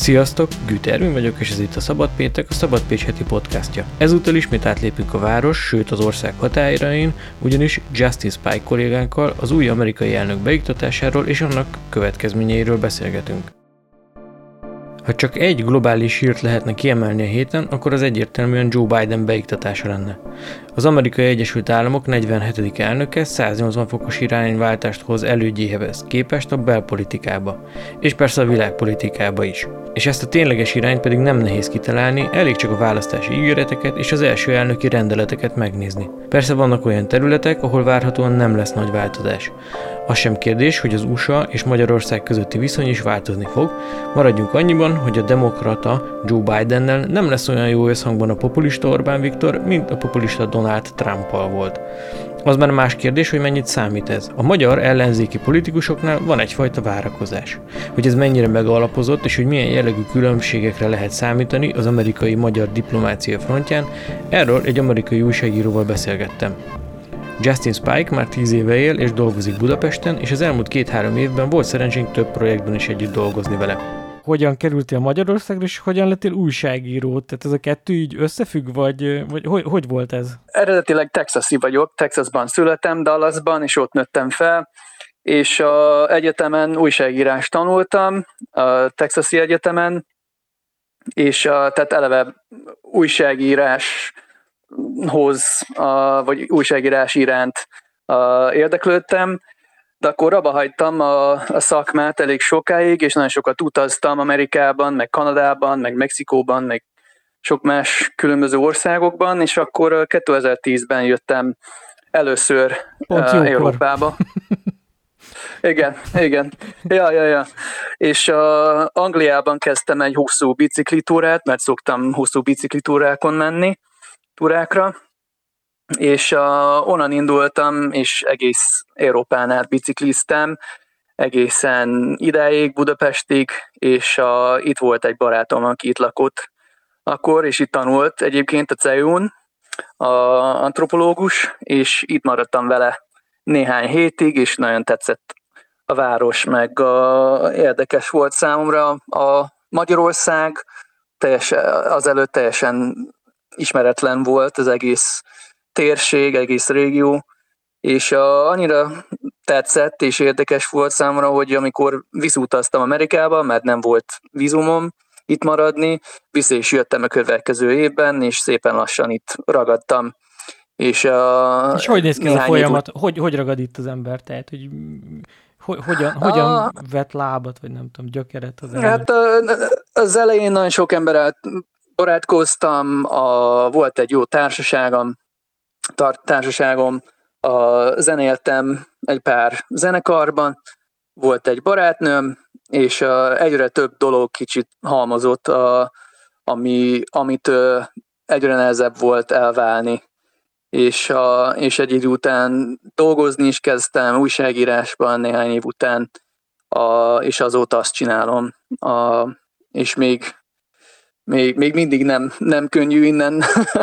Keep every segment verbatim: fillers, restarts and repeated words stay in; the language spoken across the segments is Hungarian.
Sziasztok, Güte Ervin vagyok, és ez itt a Szabad Péntek, a Szabad Pécs heti podcastja. Ezúttal ismét átlépünk a város, sőt az ország határain, ugyanis Justin Spike kollégánkkal az új amerikai elnök beiktatásáról és annak következményeiről beszélgetünk. Ha csak egy globális hírt lehetne kiemelni a héten, akkor az egyértelműen Joe Biden beiktatása lenne. Az Amerikai Egyesült Államok negyvenhetedik elnöke száznyolcvan fokos irányváltást hoz elődjéhez képest a belpolitikába, és persze a világpolitikába is. És ezt a tényleges irányt pedig nem nehéz kitalálni, elég csak a választási ígéreteket és az első elnöki rendeleteket megnézni. Persze vannak olyan területek, ahol várhatóan nem lesz nagy változás. Az sem kérdés, hogy az u es á és Magyarország közötti viszony is változni fog, maradjunk annyiban, hogy a demokrata Joe Bidennel nem lesz olyan jó összhangban a populista Orbán Viktor, mint a populista Donald Trumpal volt. Az már más kérdés, hogy mennyit számít ez. A magyar ellenzéki politikusoknál van egyfajta várakozás. Hogy ez mennyire megalapozott, és hogy milyen jellegű különbségekre lehet számítani az amerikai-magyar diplomácia frontján, erről egy amerikai újságíróval beszélgettem. Justin Spike már tíz éve él és dolgozik Budapesten, és az elmúlt két-három évben volt szerencsénk több projektben is együtt dolgozni vele. Hogyan kerültél Magyarországra, és hogyan lettél újságíró? Tehát ez a kettő így összefügg, vagy, vagy hogy, hogy volt ez? Eredetileg texasi vagyok, Texasban születtem, Dallasban, és ott nőttem fel, és a egyetemen újságírást tanultam, a Texasi Egyetemen, és a, tehát eleve újságíráshoz, a, vagy újságírás iránt a, érdeklődtem, de akkor abba hagytam a, a szakmát elég sokáig, és nagyon sokat utaztam Amerikában, meg Kanadában, meg Mexikóban, meg sok más különböző országokban, és akkor kétezer-tízben jöttem először uh, Európába. Igen, igen. Ja, ja, ja. És uh, Angliában kezdtem egy hosszú biciklitúrát, mert szoktam hosszú biciklitúrákon menni, túrákra, és uh, onnan indultam, és egész Európán át bicikliztem, egészen idáig, Budapestig, és uh, itt volt egy barátom, aki itt lakott akkor, és itt tanult egyébként a cé e u-n, a antropológus, és itt maradtam vele néhány hétig, és nagyon tetszett a város, meg uh, érdekes volt számomra a Magyarország, teljesen, azelőtt teljesen ismeretlen volt az egész térség, egész régió, és uh, annyira tetszett és érdekes volt számomra, hogy amikor visszautaztam Amerikába, mert nem volt vízumom itt maradni, vissza is jöttem a következő évben, és szépen lassan itt ragadtam. És, uh, és hogy néz ki ez a folyamat? Hogy, hogy ragad itt az ember? Tehát, hogy ho, hogyan, hogyan uh, vett lábat, vagy nem tudom, gyökeret az ember? Hát uh, az elején nagyon sok emberrel barátkoztam, a, volt egy jó társaságom, tar- társaságom, a, zenéltem egy pár zenekarban, volt egy barátnőm, és a, egyre több dolog kicsit halmozott, a, ami, amit ö, egyre nehezebb volt elválni. És, a, és egy idő után dolgozni is kezdtem, újságírásban néhány év után, a, és azóta azt csinálom. A, és még, még, még mindig nem, nem könnyű innen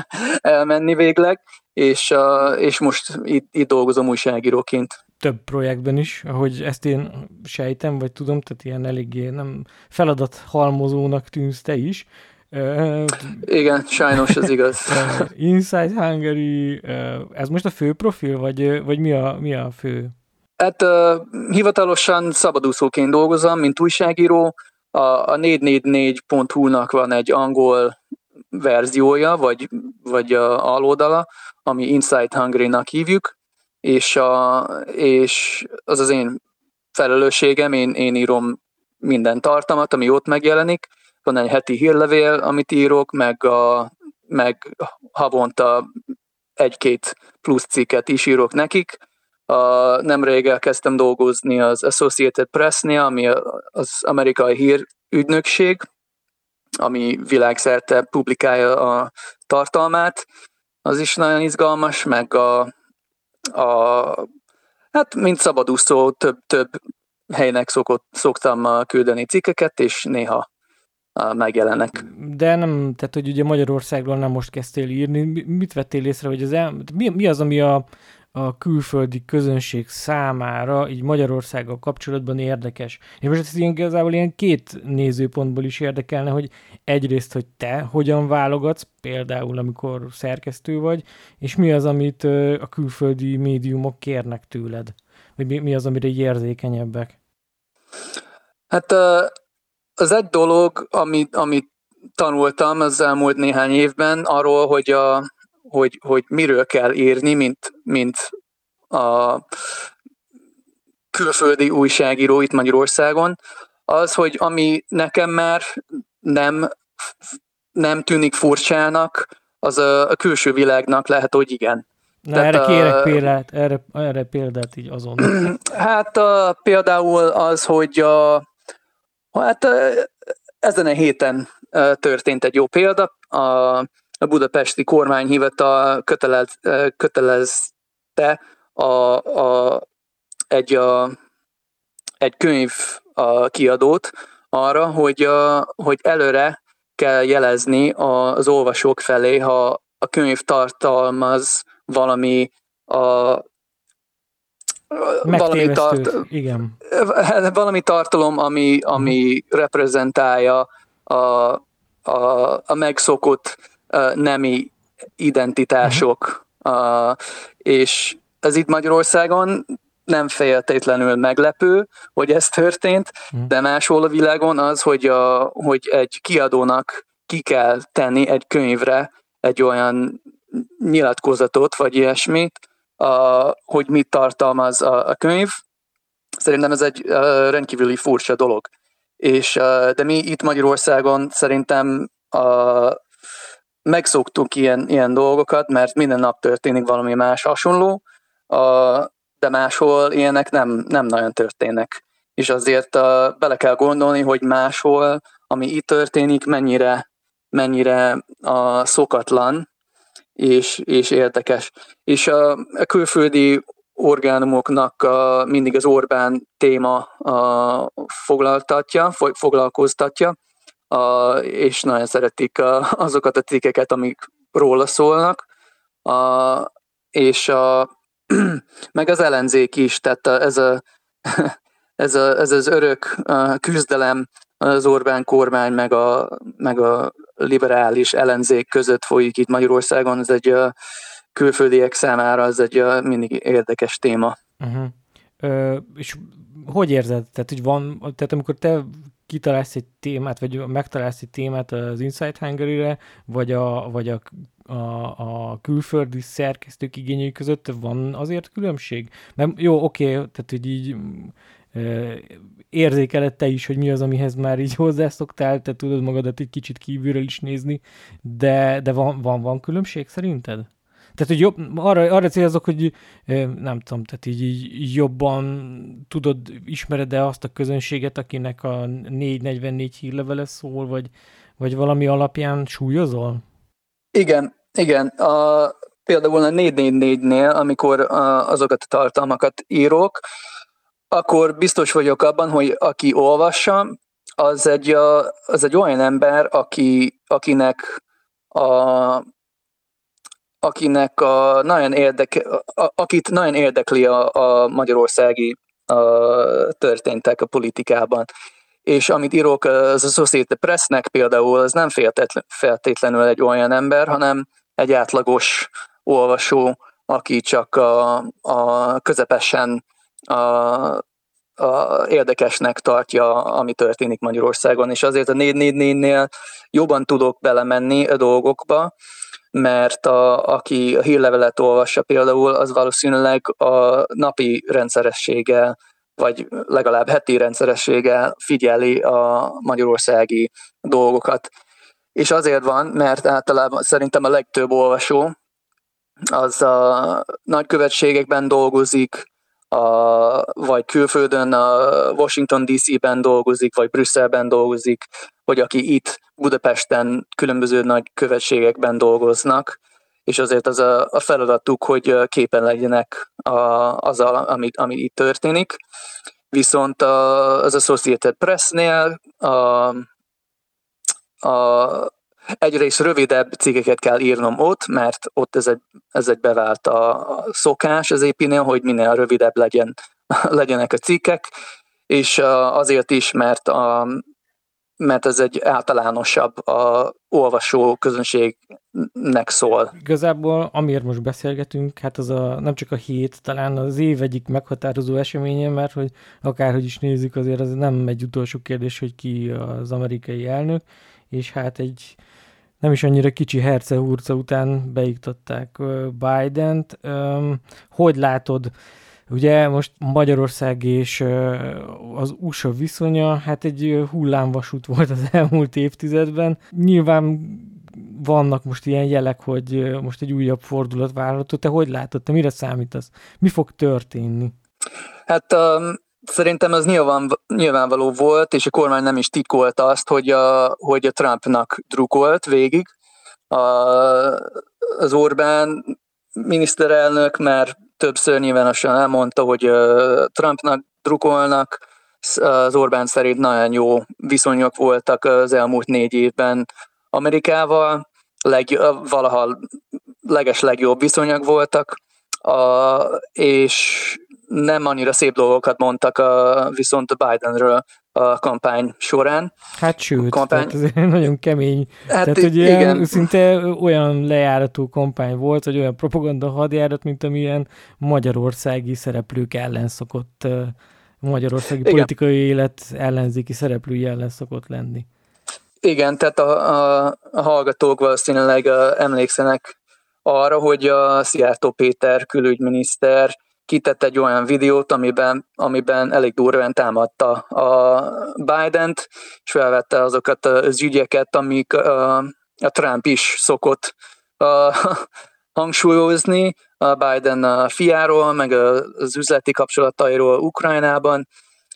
elmenni végleg, és, a, és most itt, itt dolgozom újságíróként. Több projektben is, ahogy ezt én sejtem, vagy tudom, tehát ilyen eléggé nem feladat halmozónak tűnsz te is. Uh, Igen, sajnos ez igaz. Uh, Inside Hungary, uh, ez most a fő profil, vagy, vagy mi, a, mi a fő? Hát uh, hivatalosan szabadúszóként dolgozom, mint újságíró. A, a négy négy négy pont hu-nak van egy angol verziója, vagy, vagy a aloldala, ami Inside Hungary-nak hívjuk, és, a, és az az én felelősségem, én, én írom minden tartalmat, ami ott megjelenik. Van egy heti hírlevél, amit írok, meg, a, meg havonta egy-két plusz cikket is írok nekik. A, nemrég elkezdtem dolgozni az Associated Press-nél, ami az amerikai hírügynökség, ami világszerte publikálja a tartalmát. Az is nagyon izgalmas, meg a, a hát mint szabadúszó több-több helynek szokott, szoktam küldeni cikkeket, és néha megjelennek. De nem, tehát hogy ugye Magyarországról nem most kezdtél írni, mit vettél észre, hogy az el, mi, mi az, ami a, a külföldi közönség számára így Magyarországgal kapcsolatban érdekes. És most ez igazából ilyen két nézőpontból is érdekelne, hogy egyrészt, hogy te hogyan válogatsz, például amikor szerkesztő vagy, és mi az, amit a külföldi médiumok kérnek tőled? Vagy mi, mi az, amire érzékenyebbek? Hát az egy dolog, amit, amit tanultam az elmúlt néhány évben arról, hogy, a, hogy, hogy miről kell írni, mint, mint a külföldi újságíró itt Magyarországon, az, hogy ami nekem már nem, nem tűnik furcsának, az a, a külső világnak lehet, hogy igen. Na, Tehát erre kérek a, példát, erre, erre példát így azon. Hát a, például az, hogy a, hát a, ezen a héten történt egy jó példa, a, a budapesti kormányhivatal kötelez, kötelezte a, a, egy, a, egy könyv a kiadót arra, hogy, a, hogy előre kell jelezni az olvasók felé, ha a könyv tartalmaz valami a valami, tart, igen. valami tartalom, ami, ami uh-huh. reprezentálja a, a, a megszokott uh, nemi identitások, uh-huh. uh, és ez itt Magyarországon nem feltétlenül meglepő, hogy ez történt, uh-huh. de máshol a világon az, hogy, a, hogy egy kiadónak ki kell tenni egy könyvre egy olyan nyilatkozatot, vagy ilyesmit, Uh, hogy mit tartalmaz a, a könyv. Szerintem ez egy uh, rendkívüli furcsa dolog. És, uh, de mi itt Magyarországon szerintem uh, megszoktuk ilyen, ilyen dolgokat, mert minden nap történik valami más hasonló, uh, de máshol ilyenek nem, nem nagyon történnek. És azért uh, bele kell gondolni, hogy máshol, ami itt történik, mennyire, mennyire uh, szokatlan, És, és érdekes. És a, a külföldi orgánumoknak a, mindig az Orbán téma a, foglaltatja, foglalkoztatja, a, és nagyon szeretik a, azokat a cikkeket, amik róla szólnak, a, és a, meg az ellenzék is, tehát ez, a, ez, a, ez az örök küzdelem az Orbán kormány meg a, meg a liberális ellenzék között folyik itt Magyarországon, ez egy uh, külföldiek számára ez egy uh, mindig érdekes téma. Uh-huh. Ö, és hogy érzed? Tehát, hogy van, tehát amikor te kitalálsz egy témát, vagy megtalálsz egy témát az Inside Hungary-re, vagy a, vagy a, a, a külföldi szerkesztők igényei között van azért különbség? Mert jó, oké, okay, tehát hogy így érzékeled te is, hogy mi az, amihez már így hozzászoktál, te tudod magadat egy kicsit kívülről is nézni, de, de van, van, van különbség szerinted? Tehát, hogy jobb, arra, arra célzok, hogy nem tudom, tehát így, így jobban tudod, ismered-e azt a közönséget, akinek a négy negyvennégy hírlevele szól, vagy, vagy valami alapján súlyozol? Igen, igen. A, például a négy négy négynél, amikor a, azokat a tartalmakat írok, akkor biztos vagyok abban, hogy aki olvassa, az egy, az egy olyan ember, aki, akinek a, akinek a nagyon érdeke, a, akit nagyon érdekli a, a magyarországi a történtek a politikában. És amit írok az Associated Pressnek például, az nem feltétlenül egy olyan ember, hanem egy átlagos olvasó, aki csak a, a közepesen A, a érdekesnek tartja, ami történik Magyarországon, és azért a négy négy négynél jobban tudok belemenni a dolgokba, mert a, aki a hírlevelet olvassa például, az valószínűleg a napi rendszerességgel, vagy legalább heti rendszerességgel figyeli a magyarországi dolgokat. És azért van, mert általában szerintem a legtöbb olvasó az a nagykövetségekben dolgozik, A, vagy külföldön, a Washington dé cé-ben dolgozik, vagy Brüsszelben dolgozik, vagy aki itt Budapesten különböző nagy követségekben dolgoznak, és azért az a, a feladatuk, hogy képen legyenek a, azzal, ami, ami itt történik. Viszont a, az Associated Pressnél a, a, egyrészt rövidebb cikkeket kell írnom ott, mert ott ez egy, ez egy bevált a szokás az á pé-nél, hogy minél rövidebb legyen, legyenek a cikkek, és azért is, mert, a, mert ez egy általánosabb a olvasó közönségnek szól. Igazából, amiért most beszélgetünk, hát az a, nem csak a hét, talán az év egyik meghatározó eseménye, mert hogy akárhogy is nézzük, azért az nem egy utolsó kérdés, hogy ki az amerikai elnök, és hát egy nem is annyira kicsi herce-hurca után beiktatták Bident. Hogy látod, ugye most Magyarország és az u es á viszonya, hát egy hullámvasút volt az elmúlt évtizedben. Nyilván vannak most ilyen jelek, hogy most egy újabb fordulat várható. Te hogy látod? Te mire számítasz? Mi fog történni? Hát um, szerintem az nyilván, nyilvánvaló volt, és a kormány nem is titkolta azt, hogy a, hogy a Trumpnak drukolt végig. A, az Orbán miniszterelnök már többször nyilvánosan elmondta, hogy uh, Trumpnak drukolnak. Az Orbán szerint nagyon jó viszonyok voltak az elmúlt négy évben Amerikával, leg, valaha leges legjobb viszonyok voltak, a, és nem annyira szép dolgokat mondtak a, viszont a Bidenről a kampány során. Hát sőt, kampány... tehát ez nagyon kemény. Hát tehát, hogy igen. Szinte olyan lejárató kampány volt, vagy olyan propaganda hadjárat, mint amilyen magyarországi szereplők ellen szokott, magyarországi igen. politikai élet ellenzéki szereplői ellen szokott lenni. Igen, tehát a, a, a hallgatók valószínűleg a, emlékszenek arra, hogy a Szijjártó Péter külügyminiszter kitett egy olyan videót, amiben, amiben elég durván támadta a Bident, és felvette azokat az ügyeket, amik a, a Trump is szokott a, hangsúlyozni, a Biden a fiáról, meg az üzleti kapcsolatairól Ukrajnában,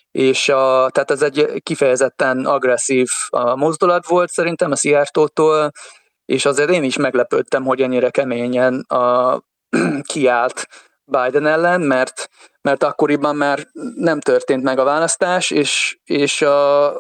és a, tehát ez egy kifejezetten agresszív mozdulat volt szerintem a Szijjártótól, és azért én is meglepődtem, hogy ennyire keményen a, kiállt Biden ellen, mert, mert akkoriban már nem történt meg a választás, és, és, a,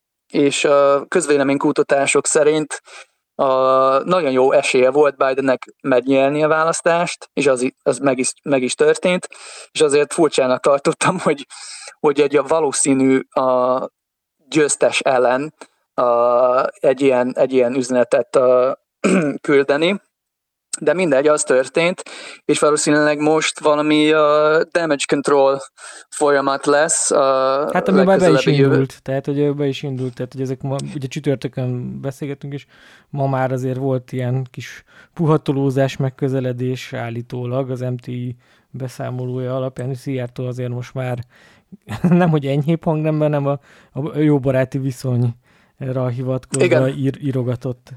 és a közvéleménykutatások szerint a, nagyon jó esélye volt Bidennek megnyerni a választást, és az, az meg, is, meg is történt, és azért furcsának tartottam, hogy, hogy egy a valószínű a győztes ellen a, egy, ilyen, egy ilyen üzenetet a, küldeni, de mindegy, az történt, és valószínűleg most valami uh, damage control folyamat lesz. Uh, hát ami már be is indult, tehát hogy be is indult, tehát hogy ezek ma, ugye csütörtökön beszélgetünk, és ma már azért volt ilyen kis puhatolózás, megközeledés állítólag az em té i beszámolója alapján, és Szijjártó azért most már nem, hogy enyhébb hangnemben, nem a, a jó baráti viszonyra hivatkozva ír, írogatott.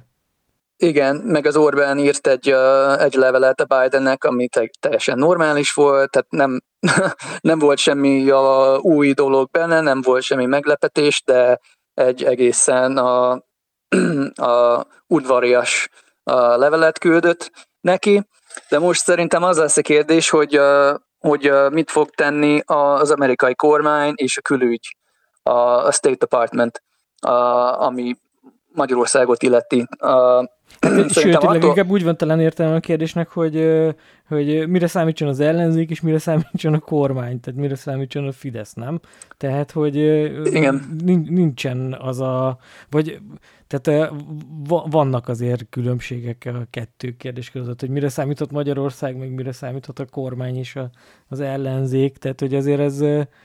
Igen, meg az Orbán írt egy, uh, egy levelet a Bidennek, ami te- teljesen normális volt, tehát nem, nem volt semmi uh, új dolog benne, nem volt semmi meglepetés, de egy egészen a, a udvarias uh, levelet küldött neki. De most szerintem az lesz a kérdés, hogy, uh, hogy uh, mit fog tenni az amerikai kormány és a külügy, a, a State Department, uh, ami Magyarországot illeti. Uh, Hát, sőt, attól... leginkább úgy van talán értelme a kérdésnek, hogy, hogy mire számítson az ellenzék, és mire számítson a kormány, tehát mire számítson a Fidesz, nem? Tehát, hogy igen. Nincsen az a... Vagy, tehát vannak azért különbségek a kettő kérdés között, hogy mire számított Magyarország, meg mire számított a kormány és a, az ellenzék, tehát, hogy azért ez...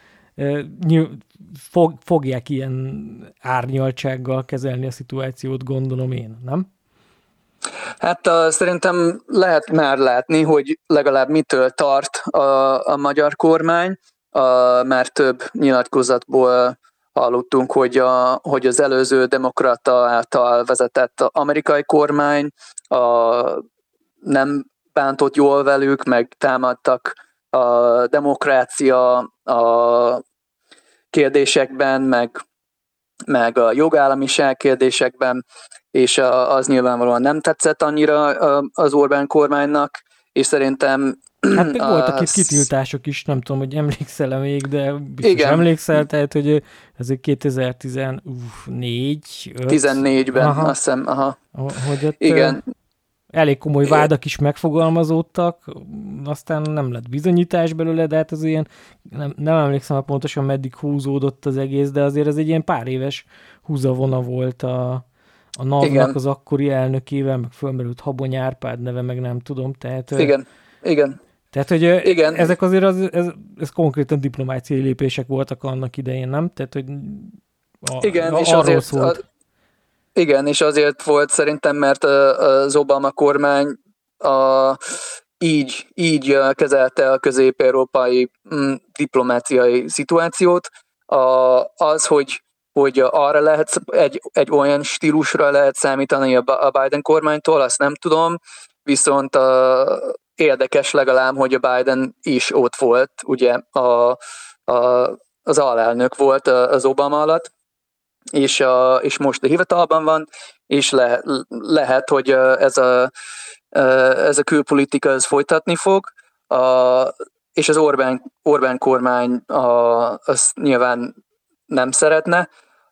Fog, fogják ilyen árnyaltsággal kezelni a szituációt, gondolom én, nem? Hát uh, szerintem lehet már látni, hogy legalább mitől tart a, a magyar kormány. Uh, már több nyilatkozatból hallottunk, hogy, a, hogy az előző demokrata által vezetett amerikai kormány uh, nem bántott jól velük, meg támadtak a demokrácia a kérdésekben, meg, meg a jogállamiság kérdésekben, és az nyilvánvalóan nem tetszett annyira az Orbán kormánynak, és szerintem Hát még voltak itt kitiltások is, nem tudom, hogy emlékszel-e még, de biztos igen. emlékszel, tehát, hogy ez kétezer-tizennégy tizennégyben, aha. Azt hiszem, aha. Hogy ott igen. elég komoly vádak is megfogalmazódtak, aztán nem lett bizonyítás belőle, de hát az ilyen, nem, nem emlékszem, hogy pontosan meddig húzódott az egész, de azért ez egy ilyen pár éves húzavona volt a, a NAV-nak az akkori elnökével, meg fölmerült Habony Árpád neve, meg nem tudom, tehát... Igen, igen. Tehát, hogy igen. ezek azért az, ez, ez konkrétan diplomáciai lépések voltak annak idején, nem? Tehát, hogy a, igen, a, és azért, a, igen, és azért volt szerintem, mert az Obama kormány a, így, így kezelte a közép-európai m, diplomáciai szituációt. A, az, hogy, hogy arra lehet, egy, egy olyan stílusra lehet számítani a Biden kormánytól, azt nem tudom, viszont a, érdekes legalább, hogy a Biden is ott volt, ugye a, a, az alelnök volt az Obama alatt, és, a, és most a hivatalban van, és le, lehet, hogy ez a, ez a külpolitika ez folytatni fog, a, és az Orbán, Orbán kormány a, azt nyilván nem szeretne,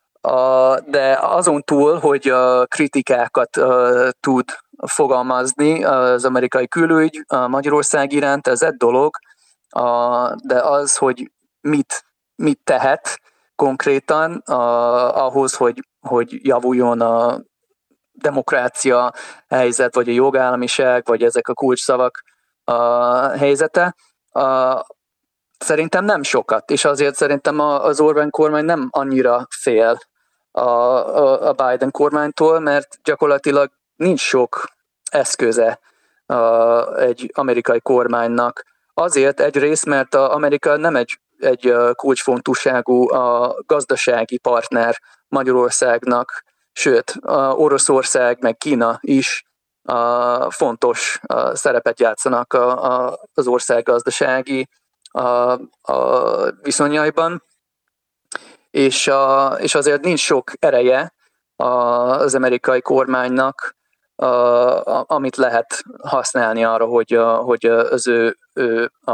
a, de azon túl, hogy a kritikákat a, tud fogalmazni az amerikai külügy a Magyarország iránt, ez egy dolog, a, de az, hogy mit, mit tehet konkrétan a, ahhoz, hogy, hogy javuljon a demokrácia helyzet, vagy a jogállamiság, vagy ezek a kulcsszavak a helyzete, a, szerintem nem sokat, és azért szerintem az Orbán kormány nem annyira fél a, a, a Biden kormánytól, mert gyakorlatilag nincs sok eszköze a, egy amerikai kormánynak. Azért egyrészt, mert az Amerika nem egy, egy kulcsfontosságú a gazdasági partner Magyarországnak, sőt, a Oroszország meg Kína is a fontos a szerepet játszanak a, a, az ország gazdasági a, a viszonyaiban, és, a, és azért nincs sok ereje az amerikai kormánynak, a, a, amit lehet használni arra, hogy, a, hogy az ő, ő a,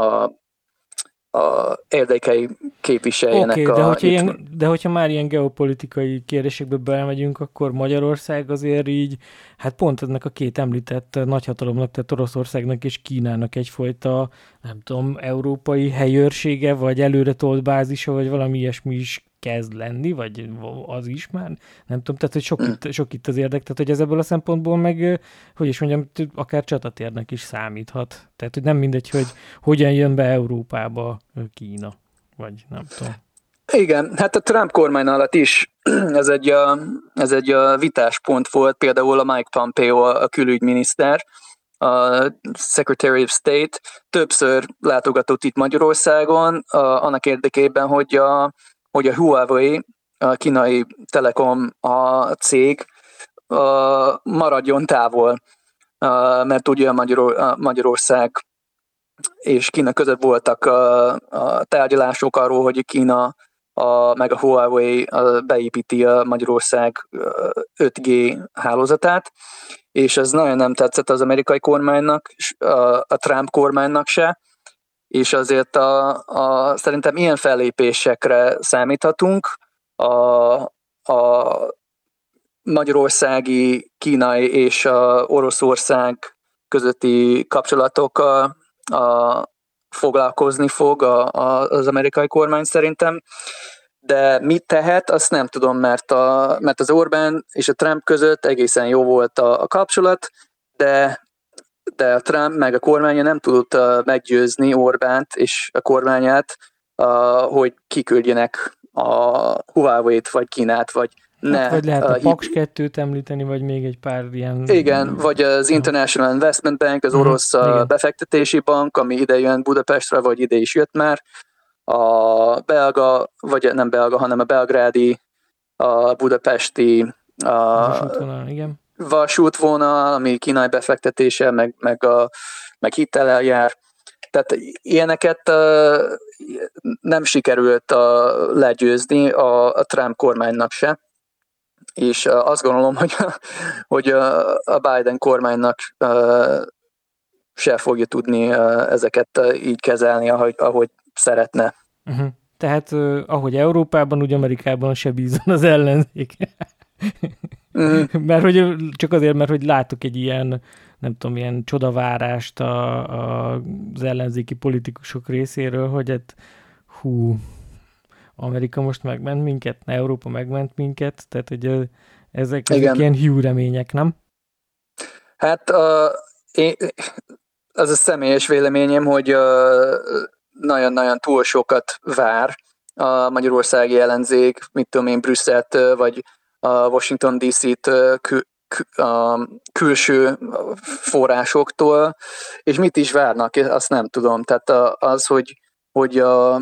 a érdekei képviseljenek. Oké, okay, de, hogyha ilyen, de hogyha már ilyen geopolitikai kérdésekbe belemegyünk, akkor Magyarország azért így, hát pont ennek a két említett nagyhatalomnak, tehát Oroszországnak és Kínának egyfajta, nem tudom, európai helyőrsége, vagy előre tolt bázisa, vagy valami ilyesmi is kezd lenni, vagy az is már, nem tudom, tehát hogy sok, mm. itt, sok itt az érdek, tehát hogy ez ebből a szempontból meg, hogy is mondjam, akár csatatérnek is számíthat. Tehát, hogy nem mindegy, hogy hogyan jön be Európába Kína, vagy nem tudom. Igen, hát a Trump kormány alatt is ez egy, ez egy vitáspont volt, például a Mike Pompeo, a külügyminiszter, a Secretary of State többször látogatott itt Magyarországon, annak érdekében, hogy a hogy a Huawei, a kínai telekom a cég maradjon távol, mert ugye Magyarország és Kína között voltak a tárgyalások arról, hogy Kína a, meg a Huawei beépíti a Magyarország öt G hálózatát, és ez nagyon nem tetszett az amerikai kormánynak, a Trump kormánynak se, és azért a, a, szerintem ilyen fellépésekre számíthatunk. A, a magyarországi, kínai és a Oroszország közötti kapcsolatok a, a, foglalkozni fog a, a, az amerikai kormány szerintem, de mit tehet, azt nem tudom, mert, a, mert az Orbán és a Trump között egészen jó volt a, a kapcsolat, de de a Trump meg a kormánya nem tudott uh, meggyőzni Orbánt és a kormányát, uh, hogy kiküldjenek a Huawei-t, vagy Kínát, vagy ne. Hát, vagy lehet a uh, Paks kettőt említeni, vagy még egy pár ilyen... Igen, vagy az International Investment Bank, az orosz uh, befektetési bank, ami ide jön Budapestre, vagy ide is jött már. A belga, vagy nem belga, hanem a belgrádi, a budapesti... Uh, igen. vasútvonal, ami kínai befektetése, meg, meg, a, meg hitellel jár. Tehát ilyeneket uh, nem sikerült uh, legyőzni a, a Trump kormánynak se. És uh, azt gondolom, hogy, hogy uh, a Biden kormánynak uh, se fogja tudni ezeket így kezelni, ahogy, ahogy szeretne. Uh-huh. Tehát uh, ahogy Európában, úgy Amerikában se bízon az ellenzék. uh-huh. Mert hogy csak azért, mert hogy látok egy ilyen, nem tudom, ilyen csodavárást a, a, az ellenzéki politikusok részéről, hogy hát hú, Amerika most megment minket, Európa megment minket, tehát hogy ezek, ezek ilyen hiú remények, nem? Hát uh, én, az a személyes véleményem, hogy uh, nagyon-nagyon túl sokat vár a magyarországi ellenzék, mit tudom én, Brüsszelt vagy a Washington dé cét kül, a külső forrásoktól, és mit is várnak, azt nem tudom. Tehát az, hogy, hogy,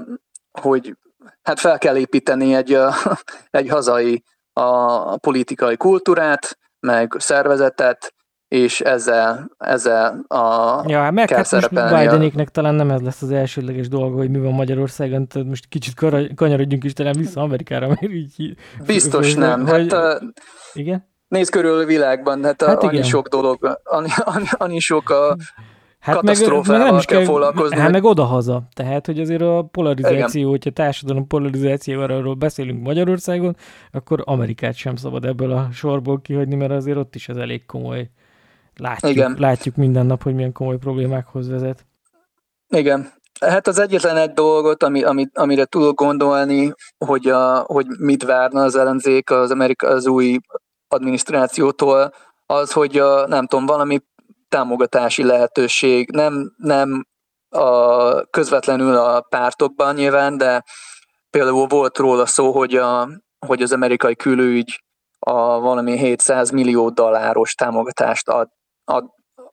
hogy hát fel kell építeni egy, egy hazai a politikai kultúrát, meg szervezetet, és ezzel, ezzel a ja, meg kell hát szerepelni. Most Bidenéknek a... talán nem ez lesz az elsődleges dolga, hogy mi van Magyarországon, tehát most kicsit kanyarodjunk is talán vissza Amerikára, mert így... Biztos hogy, nem. Hogy... Hát, igen? Nézd körül a világban, hát, hát annyi igen. sok dolog, annyi, annyi, annyi sok a hát katasztrófával meg, meg kell, kell foglalkozni. Hát meg odahaza. Tehát, hogy azért a polarizáció, igen. hogyha társadalom polarizációról beszélünk Magyarországon, akkor Amerikát sem szabad ebből a sorból kihagyni, mert azért ott is ez elég komoly. Látjuk, igen. látjuk minden nap, hogy milyen komoly problémákhoz vezet. Igen. Hát az egyetlen egy dolgot, ami, ami, amire tudok gondolni, hogy, a, hogy mit várna az ellenzék az, Amerika, az új adminisztrációtól, az, hogy a, nem tudom, valami támogatási lehetőség, nem, nem a, közvetlenül a pártokban nyilván, de például volt róla szó, hogy, a, hogy az amerikai külügy a valami hétszáz millió dolláros támogatást ad, ad,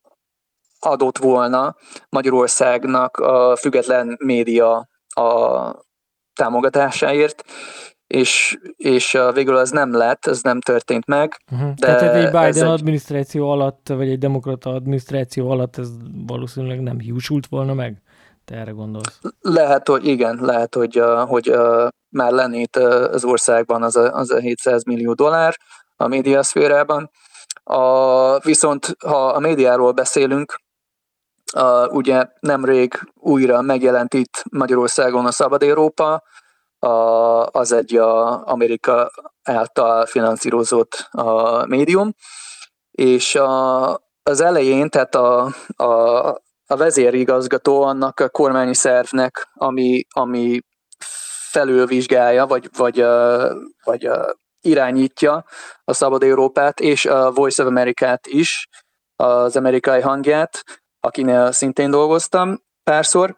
adott volna Magyarországnak a független média a támogatásáért, és, és végül az nem lett, ez nem történt meg. Uh-huh. De tehát egy Biden egy... adminisztráció alatt, vagy egy demokrata adminisztráció alatt ez valószínűleg nem hiúsult volna meg? Te erre gondolsz? Lehet, hogy igen, lehet, hogy, hogy már lennét az országban az a, az a hétszáz millió dollár a médiaszférában. A, viszont ha a médiáról beszélünk, a, ugye nemrég újra megjelent itt Magyarországon a Szabad Európa, a, az egy a Amerika által finanszírozott a médium, és a, az elején, tehát a, a, a vezérigazgató annak a kormányi szervnek, ami, ami felülvizsgálja, vagy, vagy, vagy irányítja a Szabad Európát, és a Voice of America-t is, az amerikai hangját, akinél szintén dolgoztam párszor.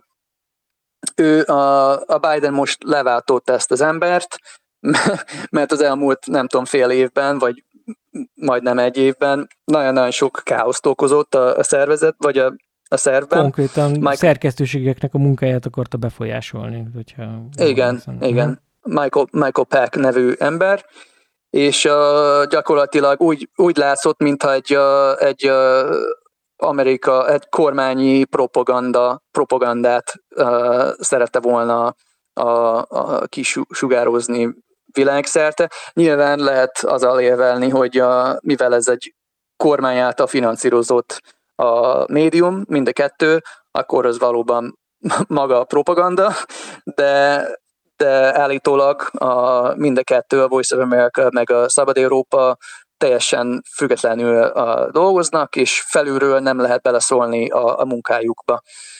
Ő, a, a Biden most leváltott ezt az embert, mert az elmúlt nem tudom fél évben, vagy majdnem egy évben nagyon-nagyon sok káoszt okozott a, a szervezet, vagy a, a szervben. Konkrétan Michael... szerkesztőségeknek a munkáját akarta befolyásolni. Hogyha igen, igen. Michael, Michael Pack nevű ember, és uh, gyakorlatilag úgy, úgy látszott, mintha egy, uh, egy uh, Amerika, egy kormányi propaganda, propagandát uh, szerette volna a, a kisugározni világszerte. Nyilván lehet azzal érvelni, hogy a, mivel ez egy kormány által finanszírozott a médium, mind a kettő, akkor az valóban maga a propaganda, de, de állítólag a, mind a kettő, a Voice of America meg a Szabad Európa teljesen függetlenül a, dolgoznak, és felülről nem lehet beleszólni a, a munkájukba.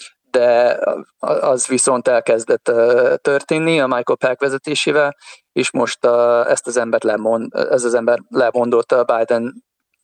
De az viszont elkezdett történni a Michael Pack vezetésével, és most ezt az embert lemond, ez az ember lemondott a Biden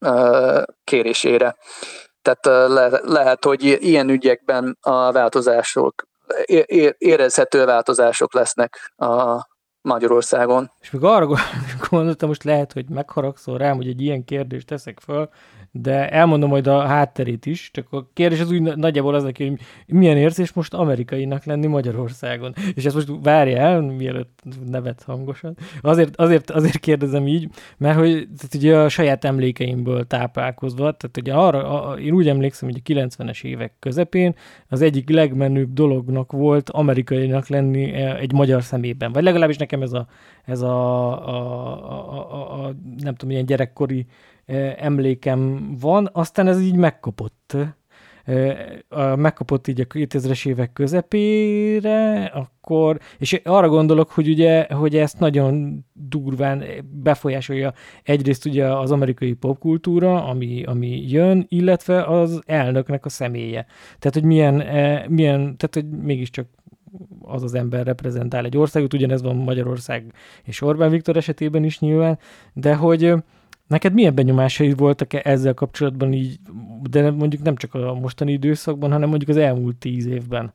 kérésére. Tehát le, lehet, hogy ilyen ügyekben a változások, érezhető változások lesznek a Magyarországon. És még arra gondoltam, most lehet, hogy megharagszol rám, hogy egy ilyen kérdést teszek föl, de elmondom majd a hátterét is, csak a kérdés az úgy nagyjából az neki, hogy milyen érzés most amerikainak lenni Magyarországon. És ezt most várjál, mielőtt nevet hangosan. Azért, azért, azért kérdezem így, mert hogy tehát ugye a saját emlékeimből táplálkozva, tehát ugye arra, a, én úgy emlékszem, hogy a kilencvenes évek közepén az egyik legmenőbb dolognak volt amerikainak lenni egy magyar szemében. Vagy legalábbis nekem ez a, ez a, a, a, a, a nem tudom, ilyen gyerekkori emlékem van, aztán ez így megkopott. megkapott így a kétezres évek közepére, akkor, és arra gondolok, hogy ugye, hogy ezt nagyon durván befolyásolja egyrészt ugye az amerikai popkultúra, ami, ami jön, illetve az elnöknek a személye. Tehát, hogy milyen, milyen tehát, hogy mégiscsak az az ember reprezentál egy országot, ugyanez van Magyarország és Orbán Viktor esetében is nyilván, de hogy neked milyen benyomásai voltak ezzel kapcsolatban így, de mondjuk nem csak a mostani időszakban, hanem mondjuk az elmúlt tíz évben?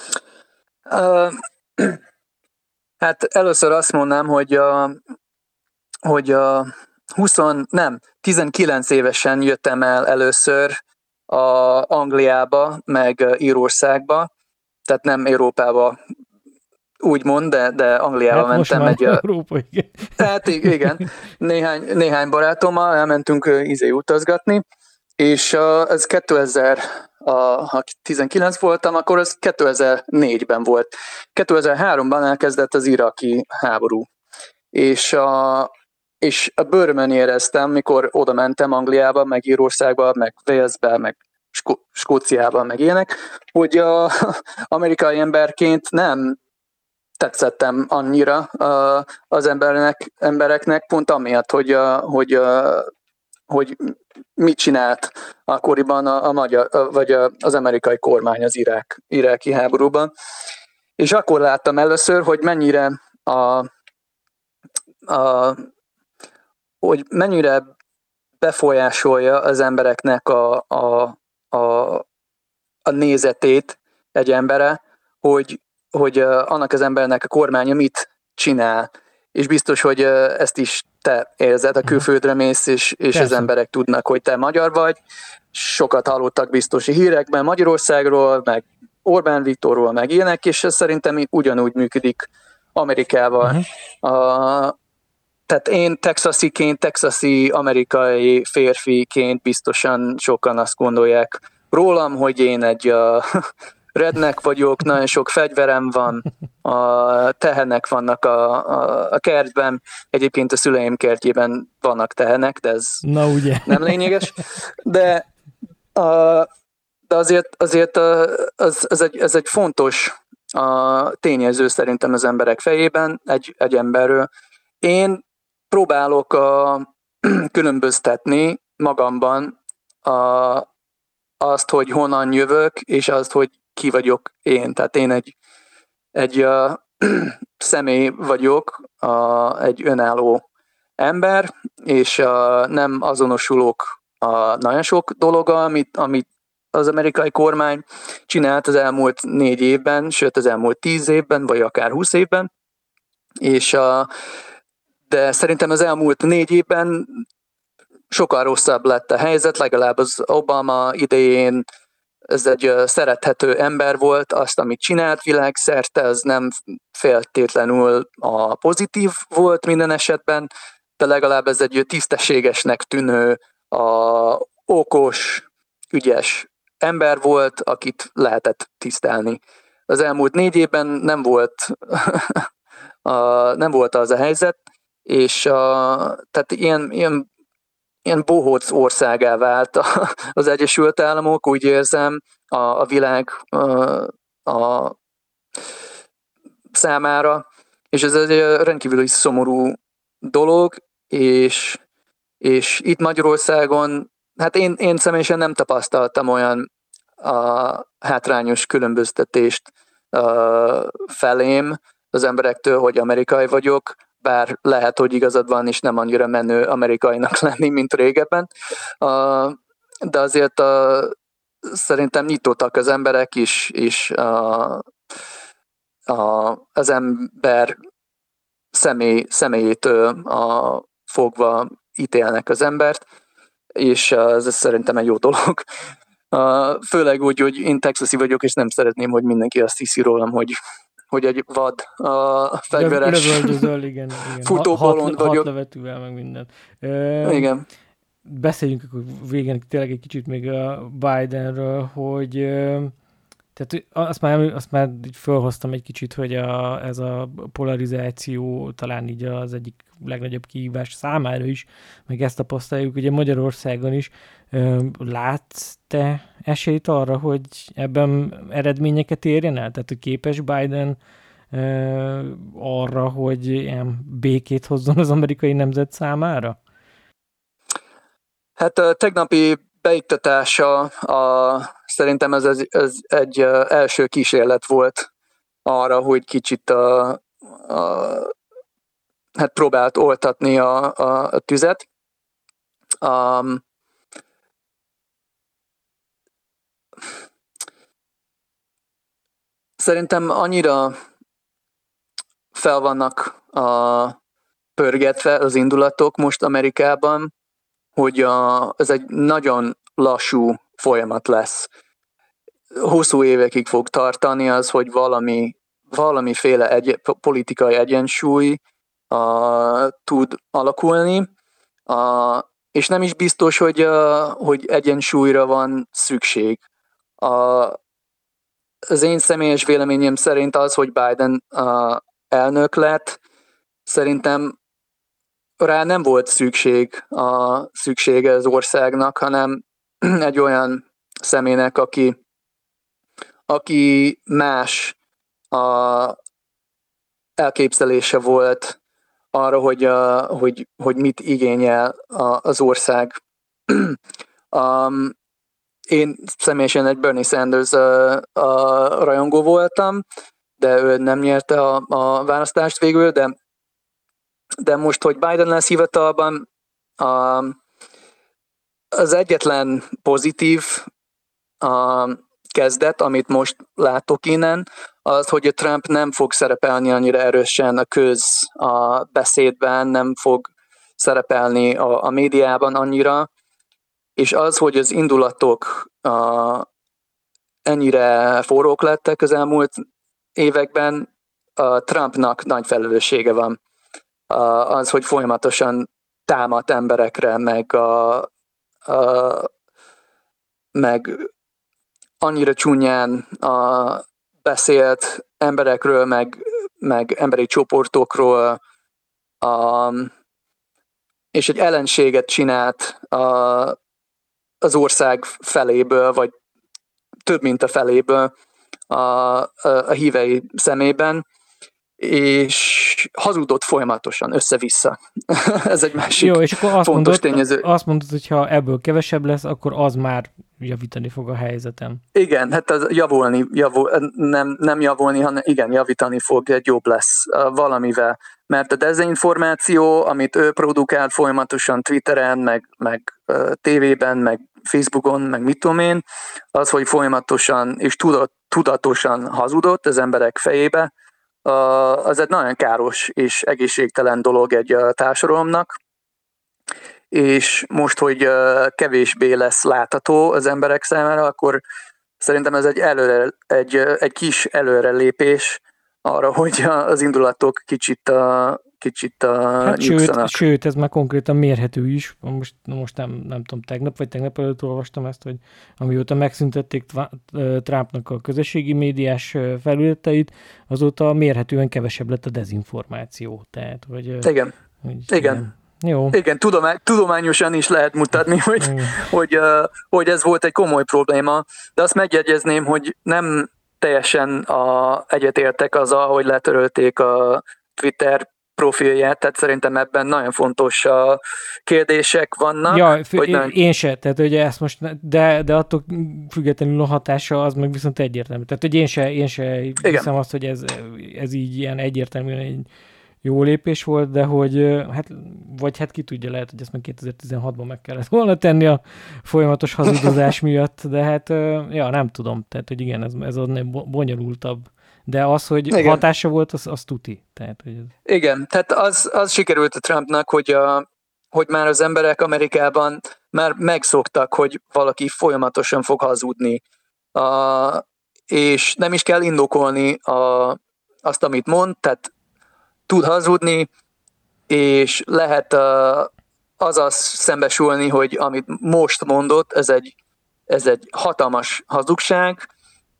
Uh, hát először azt mondanám, hogy a, hogy a húsz, nem, tizenkilenc évesen jöttem el először a Angliába, meg Írországba, tehát nem Európába úgymond, de, de Angliába hát mentem. Most már egy, Európa, igen. Hát igen, néhány, néhány barátommal elmentünk uh, izé utazgatni, és uh, ez kétezer, uh, ha tizenkilenc voltam, akkor az kétezer-négyben volt. kétezer-háromban elkezdett az iraki háború, és, uh, és a bőrömön éreztem, mikor oda mentem Angliába, meg Írországba, meg Walesbe, meg Skó- Skóciába, meg ilyenek, hogy uh, amerikai emberként nem tetszettem annyira uh, az embernek, embereknek, pont amiatt, hogy, uh, hogy, uh, hogy mit csinált akkoriban a, a magyar, uh, vagy a, az amerikai kormány az irák, iráki háborúban. És akkor láttam először, hogy mennyire a, a, hogy mennyire befolyásolja az embereknek a, a, a, a nézetét egy embere, hogy hogy uh, annak az embernek a kormánya mit csinál, és biztos, hogy uh, ezt is te érzed, a külföldre mész, és, és az emberek tudnak, hogy te magyar vagy. Sokat hallottak biztosi hírekben Magyarországról, meg Orbán Viktorról, meg ilyenek, és ez szerintem ugyanúgy működik Amerikával. Uh-huh. Uh, tehát én texasiként, texasi amerikai férfiként biztosan sokan azt gondolják rólam, hogy én egy uh, redneck vagyok, nagyon sok fegyverem van, a tehenek vannak a, a, a kertben, egyébként a szüleim kertjében vannak tehenek, de ez Na, ugye. nem lényeges, de, a, de azért, azért a, az, ez, egy, ez egy fontos a tényező szerintem az emberek fejében, egy, egy emberről. Én próbálok a, különböztetni magamban a, azt, hogy honnan jövök, és azt, hogy ki vagyok én. Tehát én egy, egy uh, személy vagyok, uh, egy önálló ember, és uh, nem azonosulok uh, nagyon sok dologgal, amit, amit az amerikai kormány csinált az elmúlt négy évben, sőt az elmúlt tíz évben, vagy akár húsz évben. És, uh, de szerintem az elmúlt négy évben sokkal rosszabb lett a helyzet, legalább az Obama idején. Ez egy szerethető ember volt, azt, amit csinált világszerte, az nem feltétlenül a pozitív volt minden esetben, de legalább ez egy tisztességesnek tűnő, a okos, ügyes ember volt, akit lehetett tisztelni. Az elmúlt négy évben nem volt, a, nem volt az a helyzet, és a, tehát ilyen, ilyen ilyen bohóc országá vált az Egyesült Államok, úgy érzem, a, a világ a, a számára, és ez egy rendkívül szomorú dolog, és, és itt Magyarországon, hát én, én személyesen nem tapasztaltam olyan a hátrányos különböztetést a felém az emberektől, hogy amerikai vagyok, bár lehet, hogy igazad van, és nem annyira menő amerikainak lenni, mint régebben. De azért a, szerintem nyitottak az emberek is, és a, a, az ember személy, személyétől a, fogva ítélnek az embert, és ez szerintem egy jó dolog. Főleg úgy, hogy én texasi vagyok, és nem szeretném, hogy mindenki azt hiszi rólam, hogy hogy egy vad a fegyveres igen, igen. futóbolond hat, vagyok. Hat levetővel, meg minden. Igen. Beszéljünk akkor végén tényleg egy kicsit még a Bidenről, hogy Tehát azt már, azt már így felhoztam egy kicsit, hogy a, ez a polarizáció talán így az egyik legnagyobb kihívás számára is, meg ezt tapasztaljuk ugye Magyarországon is. Látsz te esélyt arra, hogy ebben eredményeket érjen el? Tehát, hogy képes Biden arra, hogy ilyen békét hozzon az amerikai nemzet számára? Hát a tegnapi beiktatása, a, szerintem ez, ez, ez egy első kísérlet volt arra, hogy kicsit a, a, hát próbált oltatni a, a, a tüzet. Um, szerintem annyira fel vannak a, pörgetve az indulatok most Amerikában, hogy a, ez egy nagyon lassú folyamat lesz. Hosszú évekig fog tartani az, hogy valami, valamiféle egy, politikai egyensúly a, tud alakulni, a, és nem is biztos, hogy, a, hogy egyensúlyra van szükség. A, az én személyes véleményem szerint az, hogy Biden a, elnök lett, szerintem rá nem volt szükség a szüksége az országnak, hanem egy olyan személynek, aki, aki más a elképzelése volt arra, hogy, a, hogy, hogy mit igényel a, az ország. um, én személyesen egy Bernie Sanders a, a rajongó voltam, de ő nem nyerte a, a választást végül, de De most, hogy Biden lesz hivatalban, az egyetlen pozitív kezdet, amit most látok innen, az, hogy a Trump nem fog szerepelni annyira erősen a köz a beszédben, nem fog szerepelni a, a médiában annyira, és az, hogy az indulatok a, ennyire forrók lettek az elmúlt években, a Trumpnak nagy felelőssége van. Az, hogy folyamatosan támad emberekre, meg, a, a, meg annyira csúnyán a beszélt emberekről, meg, meg emberi csoportokról, a, és egy ellenséget csinált a, az ország feléből, vagy több mint a feléből a, a, a hívei szemében, és hazudott folyamatosan, össze-vissza. Ez egy másik Jó, és akkor azt fontos mondod, tényező. Azt mondod, hogy ha ebből kevesebb lesz, akkor az már javítani fog a helyzetem. Igen, hát az javulni, javul, nem, nem javulni, hanem igen, javítani fog, egy jobb lesz valamivel. Mert a dezinformáció, amit ő produkált folyamatosan Twitteren, meg, meg tévében, meg Facebookon, meg mit tudom én, az, hogy folyamatosan és tudat, tudatosan hazudott az emberek fejébe, az egy nagyon káros és egészségtelen dolog egy társadalomnak, és most, hogy kevésbé lesz látható az emberek számára, akkor szerintem ez egy, előre, egy, egy kis előrelépés arra, hogy az indulatok kicsit, kicsit hát nyugszanak. Sőt, sőt, ez már konkrétan mérhető is. Most, most nem, nem tudom, tegnap vagy tegnap előtt olvastam ezt, hogy amióta megszüntették Trumpnak a közösségi médiás felületeit, azóta mérhetően kevesebb lett a dezinformáció. Tehát, hogy, igen. Hogy, igen. igen. Jó. Igen, tudomány, tudományosan is lehet mutatni, hogy, mm. hogy, uh, hogy ez volt egy komoly probléma, de azt megjegyezném, hogy nem teljesen a, egyetértek azzal, hogy letörölték a Twitter profilját, tehát szerintem ebben nagyon fontos a kérdések vannak. Ja, f- hogy én, nagyon... én se, tehát ugye ezt most, de, de attól függetlenül a hatása az meg viszont egyértelmű. Tehát, hogy én se, én se hiszem azt, hogy ez, ez így ilyen egyértelműen egy jó lépés volt, de hogy hát, vagy hát ki tudja, lehet, hogy ezt meg kétezer-tizenhatban meg kellett volna tenni a folyamatos hazudozás miatt, de hát, ja, nem tudom, tehát, hogy igen, ez, ez az bonyolultabb. De az, hogy igen. hatása volt, az, az tuti. Tehát, hogy ez... Igen, tehát az, az sikerült a Trumpnak, hogy, a, hogy már az emberek Amerikában már megszoktak, hogy valaki folyamatosan fog hazudni. A, és nem is kell indokolni a, azt, amit mond, tehát tud hazudni, és lehet uh, azaz szembesülni, hogy amit most mondott, ez egy, ez egy hatalmas hazugság,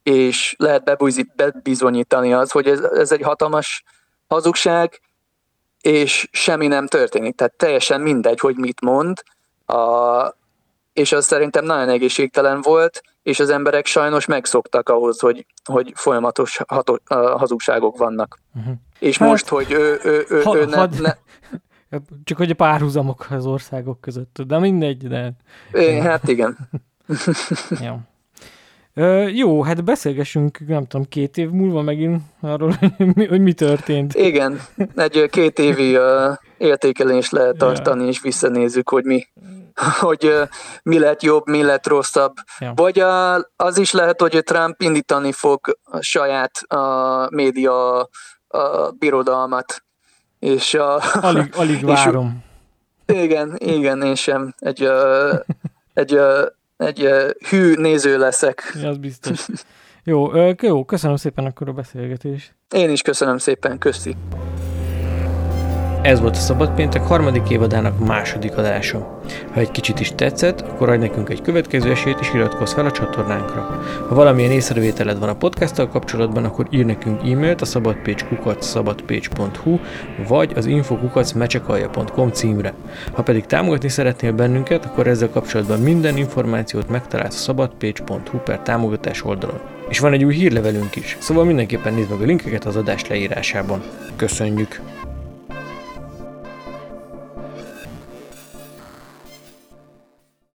és lehet bebizonyítani az, hogy ez, ez egy hatalmas hazugság, és semmi nem történik. Tehát teljesen mindegy, hogy mit mond, a, és az szerintem nagyon egészségtelen volt, és az emberek sajnos megszoktak ahhoz, hogy, hogy folyamatos ható, uh, hazugságok vannak. Uh-huh. És hát, most, hogy ő, ő, ő, ha, ő ne, had, ne... Csak hogy a párhuzamok az országok között, de mindegy, de... É, hát igen. Ja. Ö, jó, hát beszélgessünk, nem tudom, két év múlva megint arról, hogy mi, hogy mi történt. Igen, egy két évi uh, értékelést lehet tartani, ja. És visszanézzük, hogy mi, hogy uh, mi lett jobb, mi lett rosszabb. Ja. Vagy uh, az is lehet, hogy Trump indítani fog a saját uh, média uh, birodalmat. És, uh, alig, alig várom. És, igen, igen, én sem. Egy... Uh, egy uh, Egy uh, hű néző leszek. Ja, az biztos. Jó, ö, jó, köszönöm szépen akkor a beszélgetést. Én is köszönöm szépen, köszi. Ez volt a Szabad Péntek harmadik évadának második adása. Ha egy kicsit is tetszett, akkor adj nekünk egy következő esélyt és iratkozz fel a csatornánkra. Ha valamilyen észrevételed van a podcasttal kapcsolatban, akkor ír nekünk e-mailt a szabadpécs kukac szabadpécs pont hu vagy az info kukac mecsekalja pont com címre. Ha pedig támogatni szeretnél bennünket, akkor ezzel kapcsolatban minden információt megtalálsz a szabadpécs pont hu per támogatás oldalon. És van egy új hírlevelünk is, szóval mindenképpen nézd meg a linkeket az adás leírásában. Köszönjük!